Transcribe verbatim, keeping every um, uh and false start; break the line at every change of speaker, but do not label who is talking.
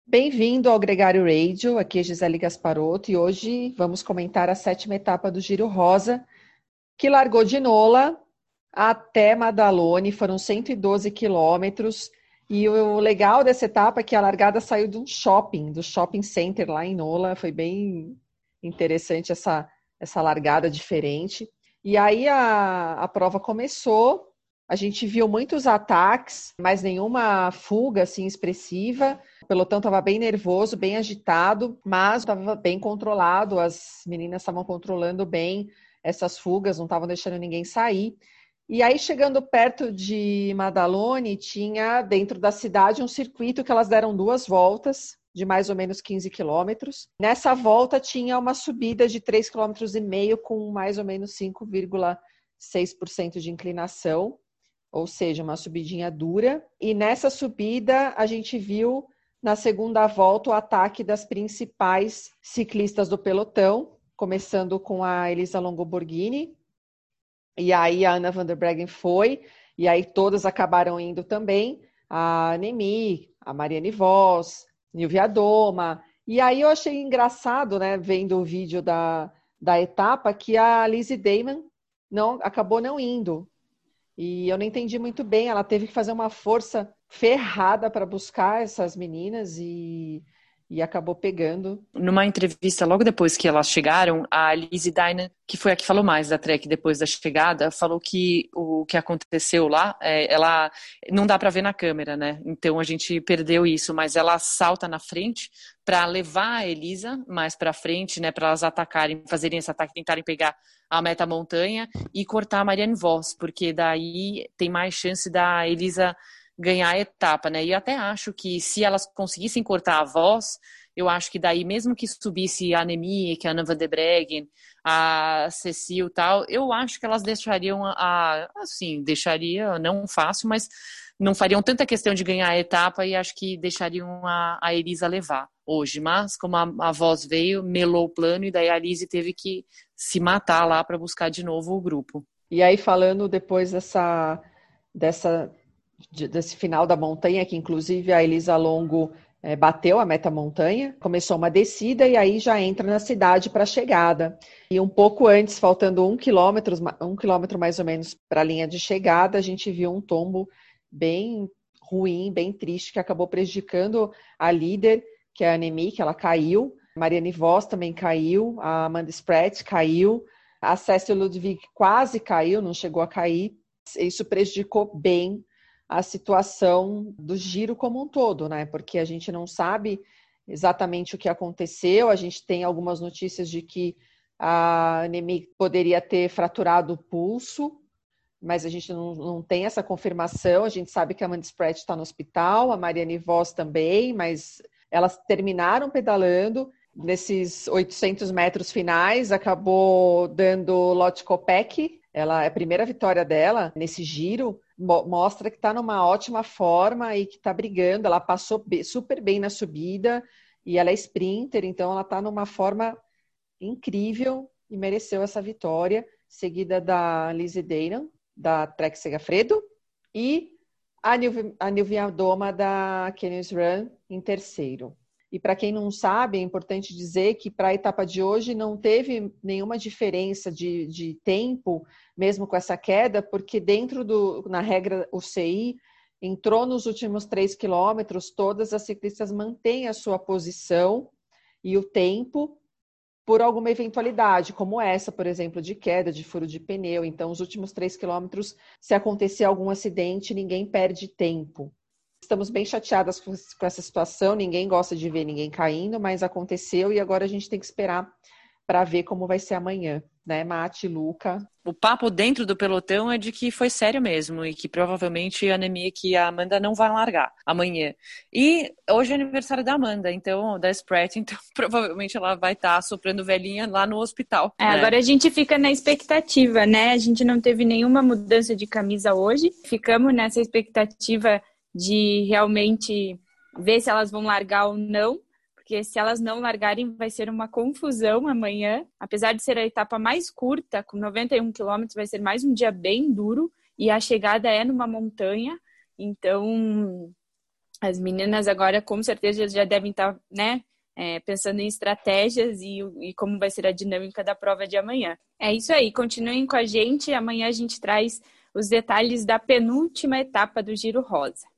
Bem-vindo ao Gregário Radio, aqui é Gisele Gasparotto e hoje vamos comentar a sétima etapa do Giro Rosa, que largou de Nola até Maddaloni, foram cento e doze quilômetros, e o legal dessa etapa é que a largada saiu de um shopping, do shopping center lá em Nola, foi bem interessante essa, essa largada diferente. E aí a, a prova começou, a gente viu muitos ataques, mas nenhuma fuga assim expressiva. O pelotão estava bem nervoso, bem agitado, mas estava bem controlado, as meninas estavam controlando bem essas fugas, não estavam deixando ninguém sair. E aí, chegando perto de Maddaloni, tinha dentro da cidade um circuito que elas deram duas voltas, de mais ou menos quinze quilômetros. Nessa volta tinha uma subida de três vírgula cinco quilômetros com mais ou menos cinco vírgula seis por cento de inclinação, ou seja, uma subidinha dura. E nessa subida a gente viu na segunda volta o ataque das principais ciclistas do pelotão, começando com a Elisa Longo Borghini, e aí a Anna van der Breggen foi, e aí todas acabaram indo também, a Annemiek, a Marianne Vos, Nilvia Doma, e aí eu achei engraçado, né, vendo o vídeo da, da etapa, que a Lizzie Deignan não, acabou não indo, e eu não entendi muito bem, ela teve que fazer uma força ferrada para buscar essas meninas e, e acabou pegando.
Numa entrevista logo depois que elas chegaram, a Lizzie Deignan, que foi a que falou mais da Trek depois da chegada, falou que o que aconteceu lá, é, ela não dá para ver na câmera, né? Então a gente perdeu isso, mas ela salta na frente para levar a Elisa mais para frente, né? Para elas atacarem, fazerem esse ataque, tentarem pegar a meta montanha e cortar a Marianne Vos, porque daí tem mais chance da Elisa ganhar a etapa, né? E eu até acho que se elas conseguissem cortar a Vos, eu acho que daí, mesmo que subisse a Annemiek, a Anna van der Breggen, a Cecile e tal, eu acho que elas deixariam a, a, assim, deixaria, não fácil, mas não fariam tanta questão de ganhar a etapa e acho que deixariam a, a Elisa levar hoje. Mas, como a, a Vos veio, melou o plano e daí a Lizzie teve que se matar lá para buscar de novo o grupo.
E aí, falando depois dessa, dessa, desse final da montanha, que inclusive a Elisa Longo É, bateu a meta montanha, começou uma descida e aí já entra na cidade para a chegada. E um pouco antes, faltando um quilômetro, um quilômetro mais ou menos para a linha de chegada, a gente viu um tombo bem ruim, bem triste, que acabou prejudicando a líder, que é a Annemiek, ela caiu, a Marianne Vos também caiu, a Amanda Spratt caiu, a Cécile Ludwig quase caiu, não chegou a cair. Isso prejudicou bem a situação do giro como um todo, né? Porque a gente não sabe exatamente o que aconteceu, a gente tem algumas notícias de que a Annemiek poderia ter fraturado o pulso, mas a gente não, não tem essa confirmação, a gente sabe que a Amanda Spratt está no hospital, a Marianne Vos também, mas elas terminaram pedalando, nesses oitocentos metros finais, acabou dando Lotte Kopeck, ela é a primeira vitória dela nesse giro, mostra que está numa ótima forma e que está brigando. Ela passou super bem na subida e ela é sprinter, então ela está numa forma incrível e mereceu essa vitória, seguida da Lizzie Deignan, da Trek Segafredo, e a Nilvia Doma da Canyon Run em terceiro. E para quem não sabe, é importante dizer que para a etapa de hoje não teve nenhuma diferença de, de tempo, mesmo com essa queda, porque dentro do, na regra U C I, entrou nos últimos três quilômetros, todas as ciclistas mantêm a sua posição e o tempo por alguma eventualidade, como essa, por exemplo, de queda, de furo de pneu. Então, os últimos três quilômetros, se acontecer algum acidente, ninguém perde tempo. Estamos bem chateadas com essa situação, ninguém gosta de ver ninguém caindo, mas aconteceu e agora a gente tem que esperar para ver como vai ser amanhã, né, Mati, Luca?
O papo dentro do pelotão é de que foi sério mesmo e que provavelmente a Annemiek e a Amanda não vão largar amanhã. E hoje é aniversário da Amanda, então, da Spratt, então provavelmente ela vai estar tá soprando velhinha lá no hospital.
É,
né?
Agora a gente fica na expectativa, né? A gente não teve nenhuma mudança de camisa hoje, ficamos nessa expectativa de realmente ver se elas vão largar ou não, porque se elas não largarem vai ser uma confusão amanhã, apesar de ser a etapa mais curta, com noventa e um quilômetros, vai ser mais um dia bem duro, e a chegada é numa montanha, então As meninas agora, com certeza, já devem estar, né, é, pensando em estratégias e, e como vai ser a dinâmica da prova de amanhã. É isso aí, continuem com a gente. Amanhã a gente traz os detalhes da penúltima etapa do Giro Rosa.